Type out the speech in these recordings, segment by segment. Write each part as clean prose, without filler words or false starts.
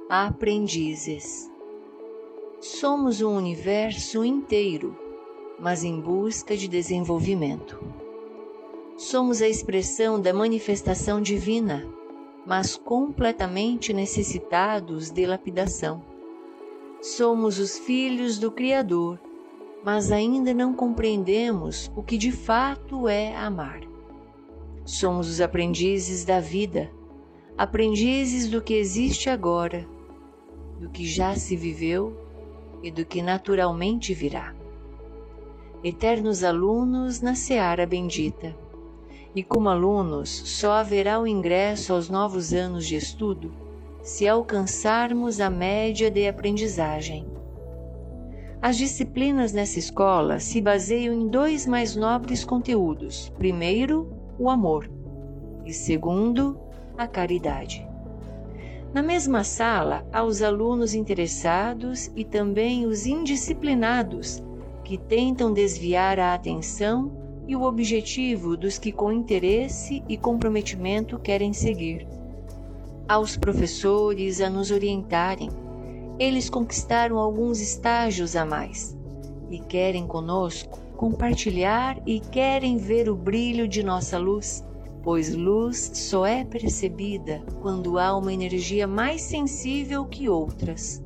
aprendizes. Somos um universo inteiro, mas em busca de desenvolvimento. Somos a expressão da manifestação divina, mas completamente necessitados de lapidação. Somos os filhos do Criador, mas ainda não compreendemos o que de fato é amar. Somos os aprendizes da vida, aprendizes do que existe agora, do que já se viveu e do que naturalmente virá. Eternos alunos na seara bendita. E como alunos, só haverá o ingresso aos novos anos de estudo se alcançarmos a média de aprendizagem. As disciplinas nessa escola se baseiam em dois mais nobres conteúdos. Primeiro, o amor, e segundo, a caridade. Na mesma sala, há os alunos interessados e também os indisciplinados, que tentam desviar a atenção e o objetivo dos que com interesse e comprometimento querem seguir. Aos professores a nos orientarem, eles conquistaram alguns estágios a mais e querem conosco compartilhar e querem ver o brilho de nossa luz, pois luz só é percebida quando há uma energia mais sensível que outras.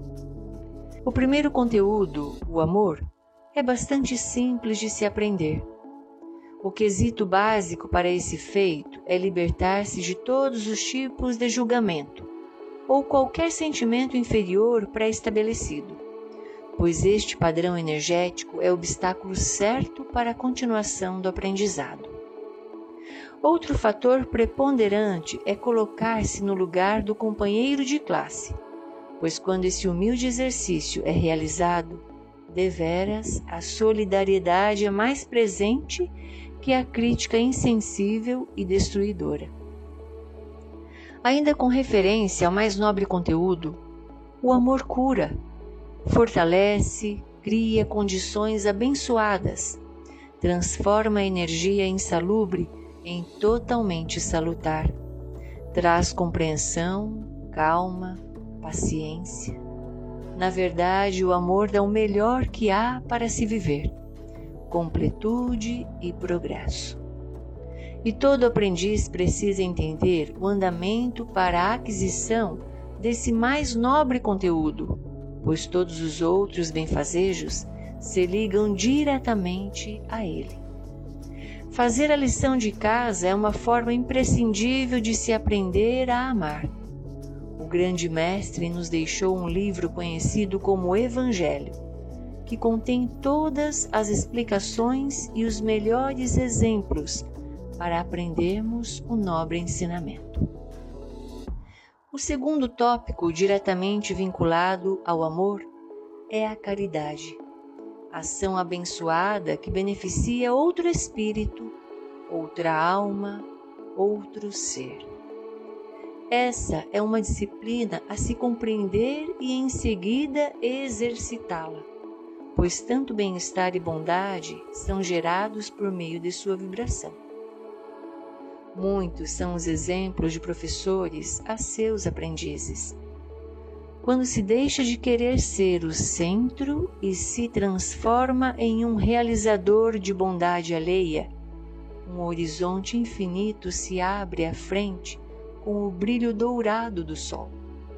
O primeiro conteúdo, o amor, é bastante simples de se aprender. O quesito básico para esse feito é libertar-se de todos os tipos de julgamento ou qualquer sentimento inferior pré-estabelecido, pois este padrão energético é o obstáculo certo para a continuação do aprendizado. Outro fator preponderante é colocar-se no lugar do companheiro de classe, pois quando esse humilde exercício é realizado, deveras a solidariedade é mais presente que a crítica insensível e destruidora. Ainda com referência ao mais nobre conteúdo, o amor cura, fortalece, cria condições abençoadas, transforma a energia insalubre em totalmente salutar, traz compreensão, calma, paciência. Na verdade, o amor dá o melhor que há para se viver, completude e progresso. E todo aprendiz precisa entender o andamento para a aquisição desse mais nobre conteúdo, pois todos os outros benfazejos se ligam diretamente a ele. Fazer a lição de casa é uma forma imprescindível de se aprender a amar. O grande mestre nos deixou um livro conhecido como Evangelho, que contém todas as explicações e os melhores exemplos para aprendermos o nobre ensinamento. O segundo tópico, diretamente vinculado ao amor, é a caridade, ação abençoada que beneficia outro espírito, outra alma, outro ser. Essa é uma disciplina a se compreender e em seguida exercitá-la, pois tanto bem-estar e bondade são gerados por meio de sua vibração. Muitos são os exemplos de professores a seus aprendizes. Quando se deixa de querer ser o centro e se transforma em um realizador de bondade alheia, um horizonte infinito se abre à frente com o brilho dourado do sol.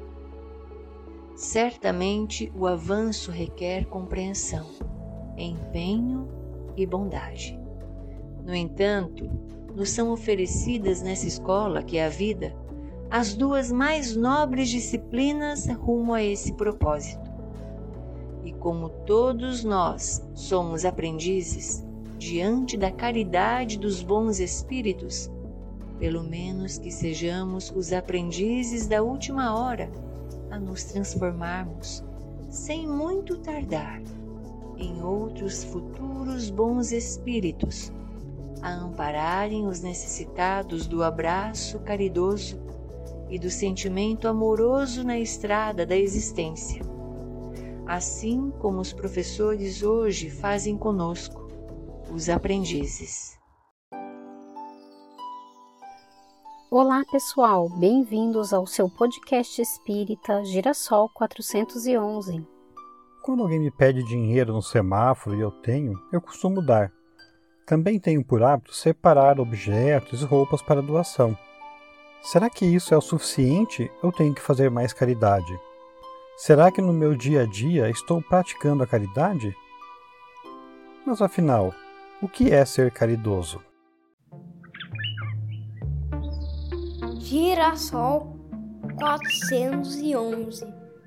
Certamente o avanço requer compreensão, empenho e bondade. No entanto, nos são oferecidas nessa escola, que é a vida, as duas mais nobres disciplinas rumo a esse propósito. E como todos nós somos aprendizes, diante da caridade dos bons espíritos, pelo menos que sejamos os aprendizes da última hora a nos transformarmos, sem muito tardar, em outros futuros bons espíritos, a ampararem os necessitados do abraço caridoso e do sentimento amoroso na estrada da existência, assim como os professores hoje fazem conosco, os aprendizes. Olá pessoal, bem-vindos ao seu podcast espírita Girassol 411. Quando alguém me pede dinheiro no semáforo e eu tenho, eu costumo dar. Também tenho por hábito separar objetos e roupas para doação. Será que isso é o suficiente ou tenho que fazer mais caridade? Será que no meu dia a dia estou praticando a caridade? Mas afinal, o que é ser caridoso? Girassol 411.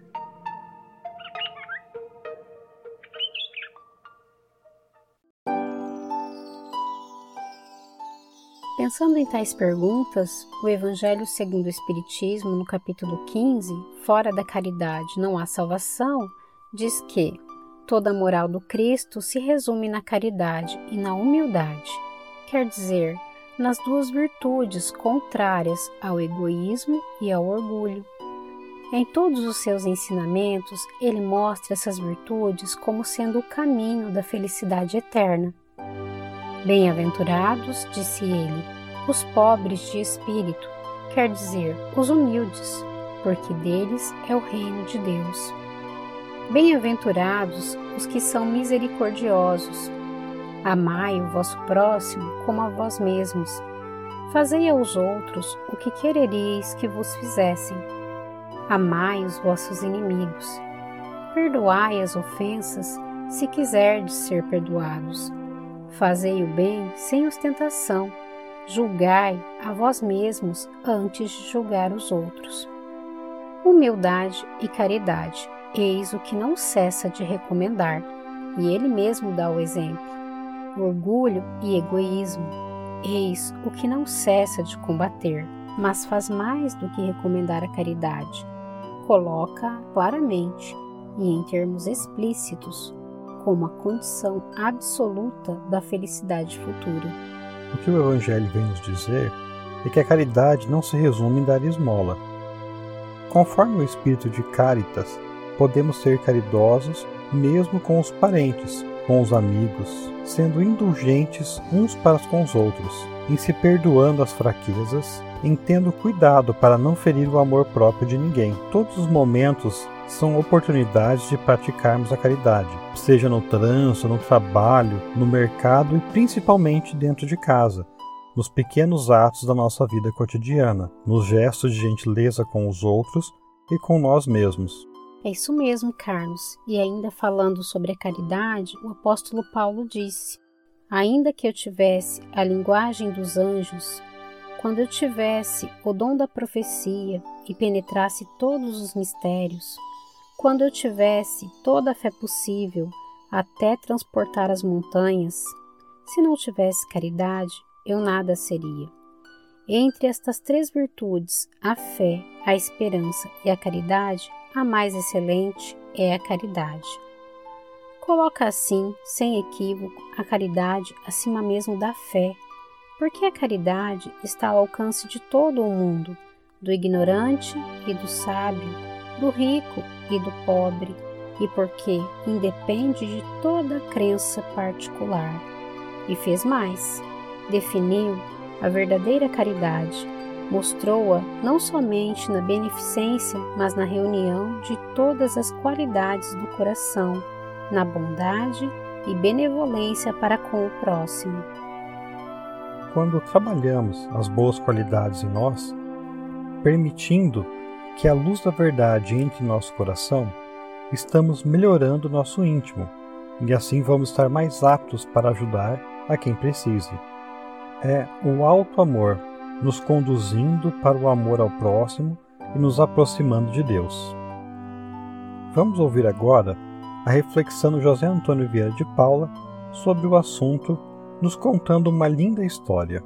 Pensando em tais perguntas, o Evangelho segundo o Espiritismo, no capítulo 15, Fora da caridade não há salvação, diz que toda a moral do Cristo se resume na caridade e na humildade, quer dizer, nas duas virtudes contrárias ao egoísmo e ao orgulho. Em todos os seus ensinamentos, ele mostra essas virtudes como sendo o caminho da felicidade eterna. Bem-aventurados, disse ele, os pobres de espírito, quer dizer, os humildes, porque deles é o reino de Deus. Bem-aventurados os que são misericordiosos. Amai o vosso próximo como a vós mesmos. Fazei aos outros o que quereríeis que vos fizessem. Amai os vossos inimigos. Perdoai as ofensas, se quiserdes ser perdoados. Fazei o bem sem ostentação. Julgai a vós mesmos antes de julgar os outros. Humildade e caridade, eis o que não cessa de recomendar, e ele mesmo dá o exemplo. Orgulho e egoísmo, eis o que não cessa de combater, mas faz mais do que recomendar a caridade. Coloca-a claramente e em termos explícitos, como a condição absoluta da felicidade futura. O que o Evangelho vem nos dizer é que a caridade não se resume em dar esmola. Conforme o espírito de Caritas, podemos ser caridosos mesmo com os parentes, com os amigos, sendo indulgentes uns para com os outros, em se perdoando as fraquezas, em tendo cuidado para não ferir o amor próprio de ninguém. Todos os momentos são oportunidades de praticarmos a caridade, seja no trânsito, no trabalho, no mercado e principalmente dentro de casa, nos pequenos atos da nossa vida cotidiana, nos gestos de gentileza com os outros e com nós mesmos. É isso mesmo, Carlos. E ainda falando sobre a caridade, o apóstolo Paulo disse: ainda que eu tivesse a linguagem dos anjos, quando eu tivesse o dom da profecia e penetrasse todos os mistérios, quando eu tivesse toda a fé possível até transportar as montanhas, se não tivesse caridade, eu nada seria. Entre estas três virtudes, a fé, a esperança e a caridade, a mais excelente é a caridade. Coloca assim, sem equívoco, a caridade acima mesmo da fé, porque a caridade está ao alcance de todo o mundo, do ignorante e do sábio, do rico e do pobre, e porque independe de toda crença particular. E fez mais, definiu a verdadeira caridade, mostrou-a não somente na beneficência, mas na reunião de todas as qualidades do coração, na bondade e benevolência para com o próximo. Quando trabalhamos as boas qualidades em nós, permitindo que a luz da verdade entre em nosso coração, estamos melhorando nosso íntimo e assim vamos estar mais aptos para ajudar a quem precise. É o alto amor nos conduzindo para o amor ao próximo e nos aproximando de Deus. Vamos ouvir agora a reflexão do José Antônio Vieira de Paula sobre o assunto, nos contando uma linda história.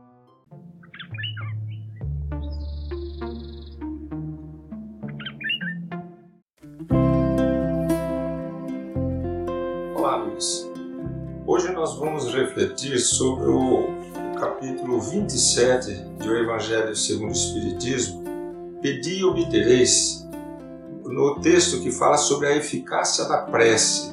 Olá, amigos. Hoje nós vamos refletir sobre o capítulo 27 do Evangelho segundo o Espiritismo, Pedi e obtereis, no texto que fala sobre a eficácia da prece.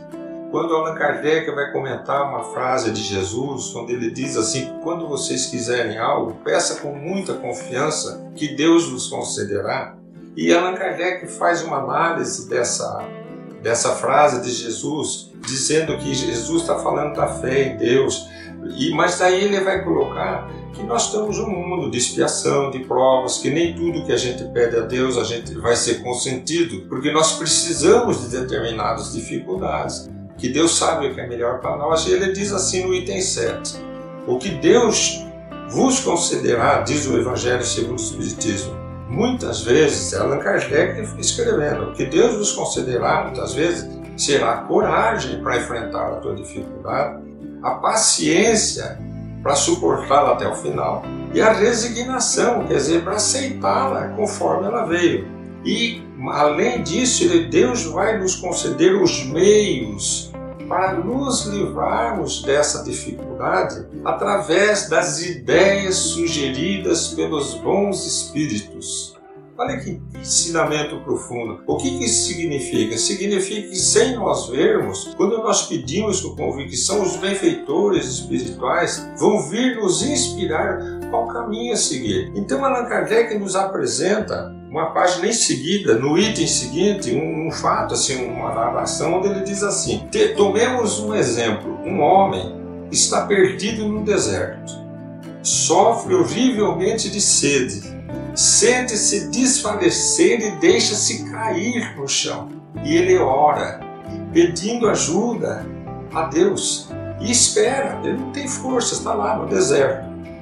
quando Allan Kardec vai comentar uma frase de Jesus, quando ele diz assim: quando vocês quiserem algo, peça com muita confiança que Deus vos concederá. E Allan Kardec faz uma análise dessa frase de Jesus, dizendo que Jesus está falando da fé em Deus, mas daí ele vai colocar que nós estamos num mundo de expiação, de provas, que nem tudo que a gente pede a Deus a gente vai ser consentido, porque nós precisamos de determinadas dificuldades, que Deus sabe o que é melhor para nós. E ele diz assim no item 7, o que Deus vos concederá, diz o Evangelho segundo o Espiritismo. Muitas vezes, Allan Kardec escrevendo, o que Deus vos concederá, muitas vezes, será a coragem para enfrentar a tua dificuldade, a paciência para suportá-la até o final e a resignação, quer dizer, para aceitá-la conforme ela veio. E, além disso, Deus vai nos conceder os meios para nos livrarmos dessa dificuldade através das ideias sugeridas pelos bons espíritos. Olha que ensinamento profundo. O que isso significa? Significa que, sem nós vermos, quando nós pedimos com convicção, os benfeitores espirituais vão vir nos inspirar qual caminho a seguir. Então, Allan Kardec nos apresenta uma página em seguida, no item seguinte, um fato, assim, uma narração, onde ele diz assim: tomemos um exemplo. Um homem está perdido no deserto, sofre horrivelmente de sede, sente-se desfalecer e deixa-se cair no chão. E ele ora, pedindo ajuda a Deus, e espera. Ele não tem força, está lá no deserto.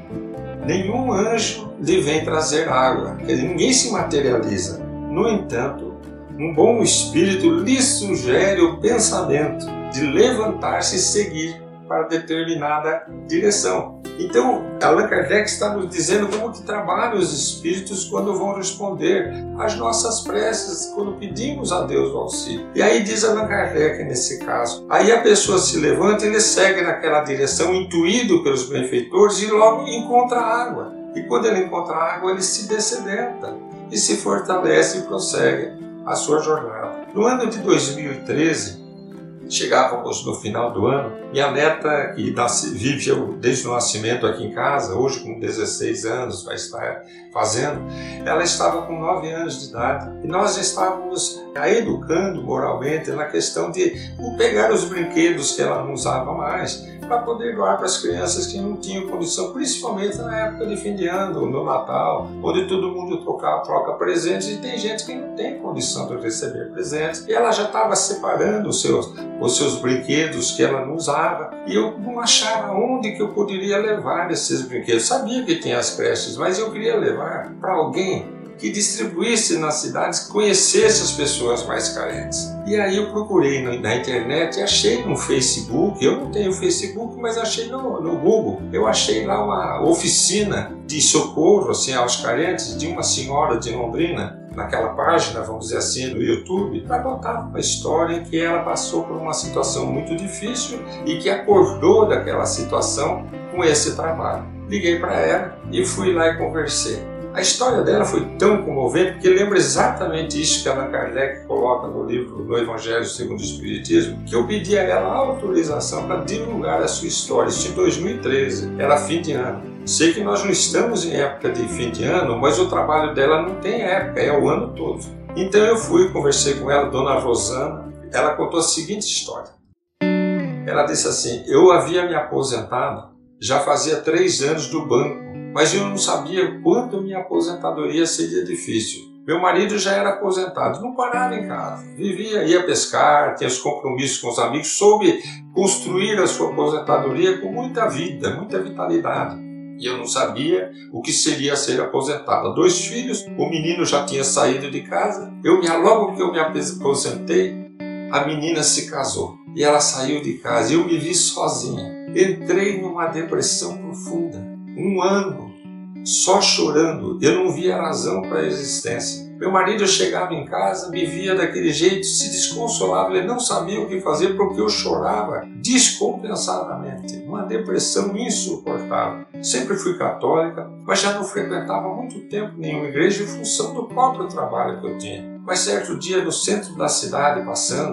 Nenhum anjo lhe vem trazer água, quer dizer, ninguém se materializa. No entanto, um bom espírito lhe sugere o pensamento de levantar-se e seguir para determinada direção. Então, Allan Kardec está nos dizendo como que trabalham os espíritos quando vão responder às nossas preces, quando pedimos a Deus o auxílio. E aí diz Allan Kardec nesse caso, aí a pessoa se levanta e ele segue naquela direção, intuído pelos benfeitores, e logo encontra água. E quando ele encontra água, ele se dessedenta e se fortalece e prossegue a sua jornada. No ano de 2013, chegávamos no final do ano, minha neta, que vive desde o nascimento aqui em casa, hoje com 16 anos, vai estar fazendo, ela estava com 9 anos de idade e nós estávamos a educando moralmente na questão de pegar os brinquedos que ela não usava mais para poder doar para as crianças que não tinham condição, principalmente na época de fim de ano, no Natal, onde todo mundo troca presentes e tem gente que não tem condição de receber presentes. E ela já estava separando os seus brinquedos que ela não usava e eu não achava onde que eu poderia levar esses brinquedos. Sabia que tinha as creches, mas eu queria levar para alguém que distribuísse nas cidades, conhecesse as pessoas mais carentes. E aí eu procurei na internet e achei no Facebook, eu não tenho Facebook, mas achei no Google, eu achei lá uma oficina de socorro assim, aos carentes de uma senhora de Londrina, naquela página, vamos dizer assim, no YouTube, para contar uma história em que ela passou por uma situação muito difícil e que acordou daquela situação com esse trabalho. Liguei para ela e fui lá e conversei. A história dela foi tão comovente porque lembra exatamente isso que Allan Kardec coloca no livro do Evangelho segundo o Espiritismo, que eu pedi a ela autorização para divulgar a sua história. Isso em 2013, era fim de ano. Sei que nós não estamos em época de fim de ano, mas o trabalho dela não tem época, é o ano todo. Então eu fui, conversei com ela, Dona Rosana, ela contou a seguinte história. Ela disse assim: eu havia me aposentado, já fazia 3 anos do banco, mas eu não sabia quanto minha aposentadoria seria difícil. Meu marido já era aposentado, não parava em casa, ia pescar, tinha os compromissos com os amigos, soube construir a sua aposentadoria com muita vida, muita vitalidade. E eu não sabia o que seria ser aposentado. 2 filhos, o menino já tinha saído de casa, logo que eu me aposentei, a menina se casou e ela saiu de casa e eu me vi sozinha. Entrei numa depressão profunda. 1 ano só chorando, eu não via razão para a existência. Meu marido chegava em casa, me via daquele jeito, se desconsolava, ele não sabia o que fazer porque eu chorava descompensadamente, uma depressão insuportável. Sempre fui católica, mas já não frequentava há muito tempo nenhuma igreja em função do próprio trabalho que eu tinha. Mas certo dia, no centro da cidade, passando,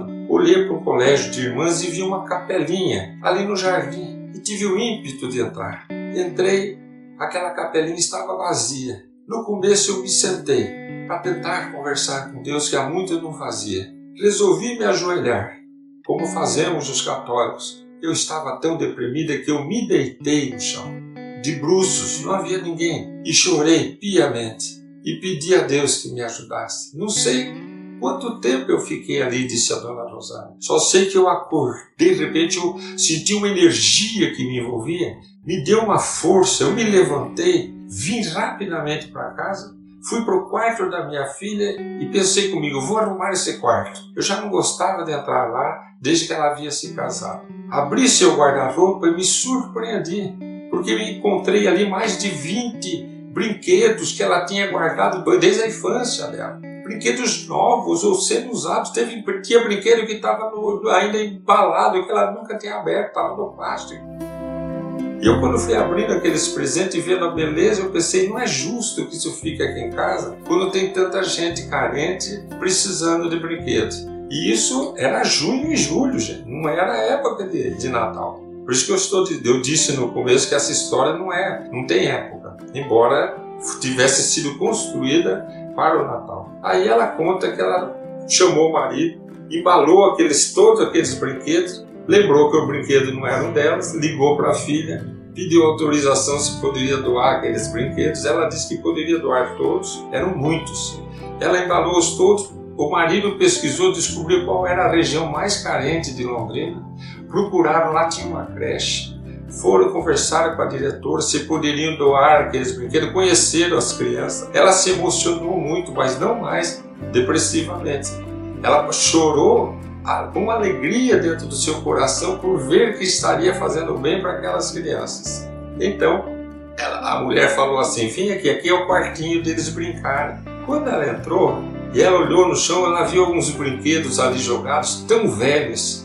olhei para um colégio de irmãs e vi uma capelinha ali no jardim e tive o ímpeto de entrar. Entrei, aquela capelinha estava vazia. No começo eu me sentei para tentar conversar com Deus, que há muito eu não fazia. Resolvi me ajoelhar, como fazemos os católicos. Eu estava tão deprimida que eu me deitei no chão, de bruços, não havia ninguém, e chorei piamente e pedi a Deus que me ajudasse. Não sei quanto tempo eu fiquei ali, disse a Dona Rosália. Só sei que eu acordei, de repente eu senti uma energia que me envolvia, me deu uma força, eu me levantei, vim rapidamente para casa, fui para o quarto da minha filha e pensei comigo, vou arrumar esse quarto. Eu já não gostava de entrar lá desde que ela havia se casado. Abri seu guarda-roupa e me surpreendi, porque me encontrei ali mais de 20 brinquedos que ela tinha guardado desde a infância dela. Brinquedos novos ou sendo usados. Tinha brinquedo que estava ainda embalado, que ela nunca tinha aberto, estava no plástico. E eu, quando fui abrindo aqueles presentes e vendo a beleza, eu pensei, não é justo que isso fique aqui em casa quando tem tanta gente carente precisando de brinquedos. E isso era junho e julho, gente. Não era época de Natal. Por isso que eu disse no começo que essa história não tem época, embora tivesse sido construída para o Natal. Aí ela conta que ela chamou o marido, embalou todos aqueles brinquedos, lembrou que o brinquedo não era um delas, ligou para a filha, pediu autorização se poderia doar aqueles brinquedos. Ela disse que poderia doar todos, eram muitos. Ela embalou-os todos, o marido pesquisou, descobriu qual era a região mais carente de Londrina, procuraram, lá tinha uma creche, foram conversar com a diretora se poderiam doar aqueles brinquedos, conheceram as crianças. Ela se emocionou muito, mas não mais depressivamente. Ela chorou com alegria dentro do seu coração por ver que estaria fazendo bem para aquelas crianças. Então, a mulher falou assim, vem aqui é o quartinho deles brincarem. Quando ela entrou e ela olhou no chão, ela viu alguns brinquedos ali jogados, tão velhos,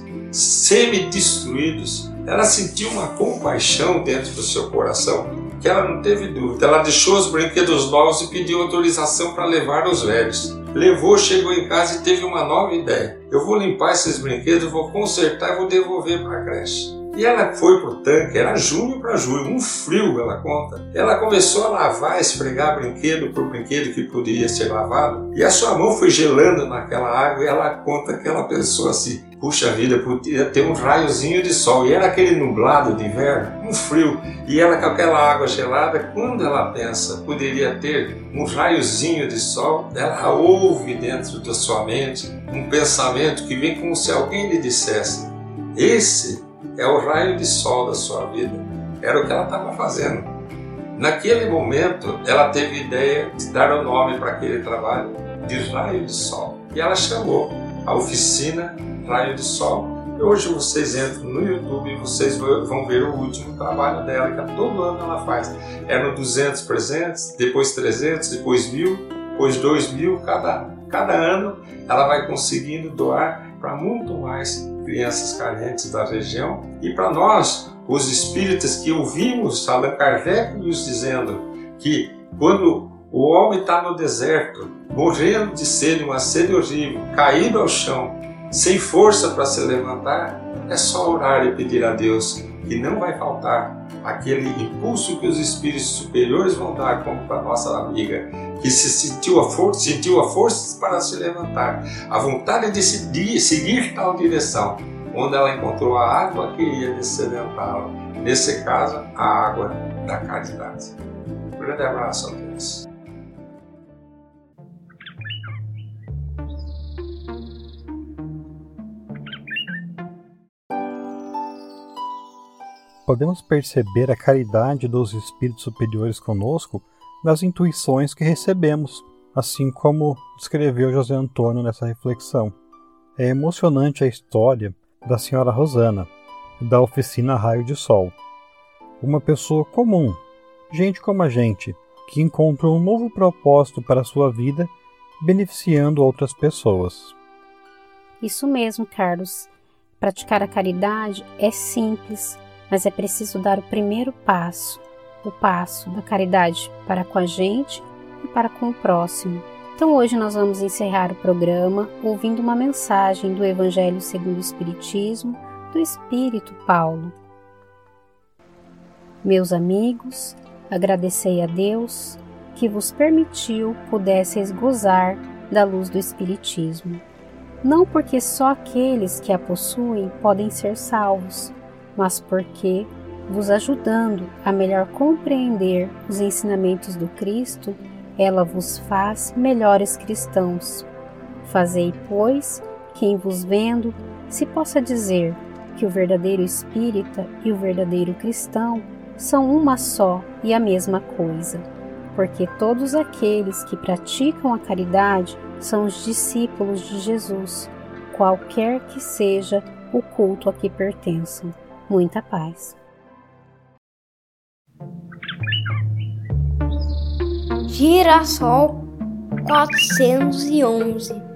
semi-destruídos. Ela sentiu uma compaixão dentro do seu coração que ela não teve dúvida. Ela deixou os brinquedos novos e pediu autorização para levar os velhos. Levou, chegou em casa e teve uma nova ideia. Eu vou limpar esses brinquedos, vou consertar e vou devolver para a creche. E ela foi pro tanque, era junho para julho, um frio, ela conta. Ela começou a lavar, esfregar brinquedo por brinquedo que poderia ser lavado. E a sua mão foi gelando naquela água e ela conta que ela pensou assim, puxa vida, podia ter um raiozinho de sol. E era aquele nublado de inverno, um frio. E ela com aquela água gelada, quando ela pensa, poderia ter um raiozinho de sol, ela ouve dentro da sua mente um pensamento que vem como se alguém lhe dissesse, esse é o raio de sol da sua vida. Era o que ela estava fazendo. Naquele momento, ela teve ideia de dar o nome para aquele trabalho de Raio de Sol. E ela chamou a oficina Raio de Sol. E hoje vocês entram no YouTube e vocês vão ver o último trabalho dela, que todo ano ela faz. Eram 200 presentes, depois 300, depois 1.000, depois 2.000. Cada ano ela vai conseguindo doar para muito mais crianças carentes da região. E para nós, os espíritas que ouvimos Allan Kardec nos dizendo que quando o homem está no deserto, morrendo de sede, uma sede horrível, caído ao chão, sem força para se levantar, é só orar e pedir a Deus que não vai faltar aquele impulso que os espíritos superiores vão dar, como para a nossa amiga, que sentiu a força para se levantar, a vontade de seguir tal direção, onde ela encontrou a água que ia descedentá-la, nesse caso, a água da caridade. Um grande abraço a todos. Podemos perceber a caridade dos espíritos superiores conosco nas intuições que recebemos, assim como descreveu José Antônio nessa reflexão. É emocionante a história da senhora Rosana, da oficina Raio de Sol. Uma pessoa comum, gente como a gente, que encontrou um novo propósito para a sua vida, beneficiando outras pessoas. Isso mesmo, Carlos. Praticar a caridade é simples, mas é preciso dar o primeiro passo, o passo da caridade para com a gente e para com o próximo. Então hoje nós vamos encerrar o programa ouvindo uma mensagem do Evangelho segundo o Espiritismo, do Espírito Paulo. Meus amigos, agradecei a Deus que vos permitiu pudesseis gozar da luz do Espiritismo. Não porque só aqueles que a possuem podem ser salvos, mas porque, vos ajudando a melhor compreender os ensinamentos do Cristo, ela vos faz melhores cristãos. Fazei, pois, que em vos vendo se possa dizer que o verdadeiro espírita e o verdadeiro cristão são uma só e a mesma coisa, porque todos aqueles que praticam a caridade são os discípulos de Jesus, qualquer que seja o culto a que pertençam. Muita paz. Girassol 411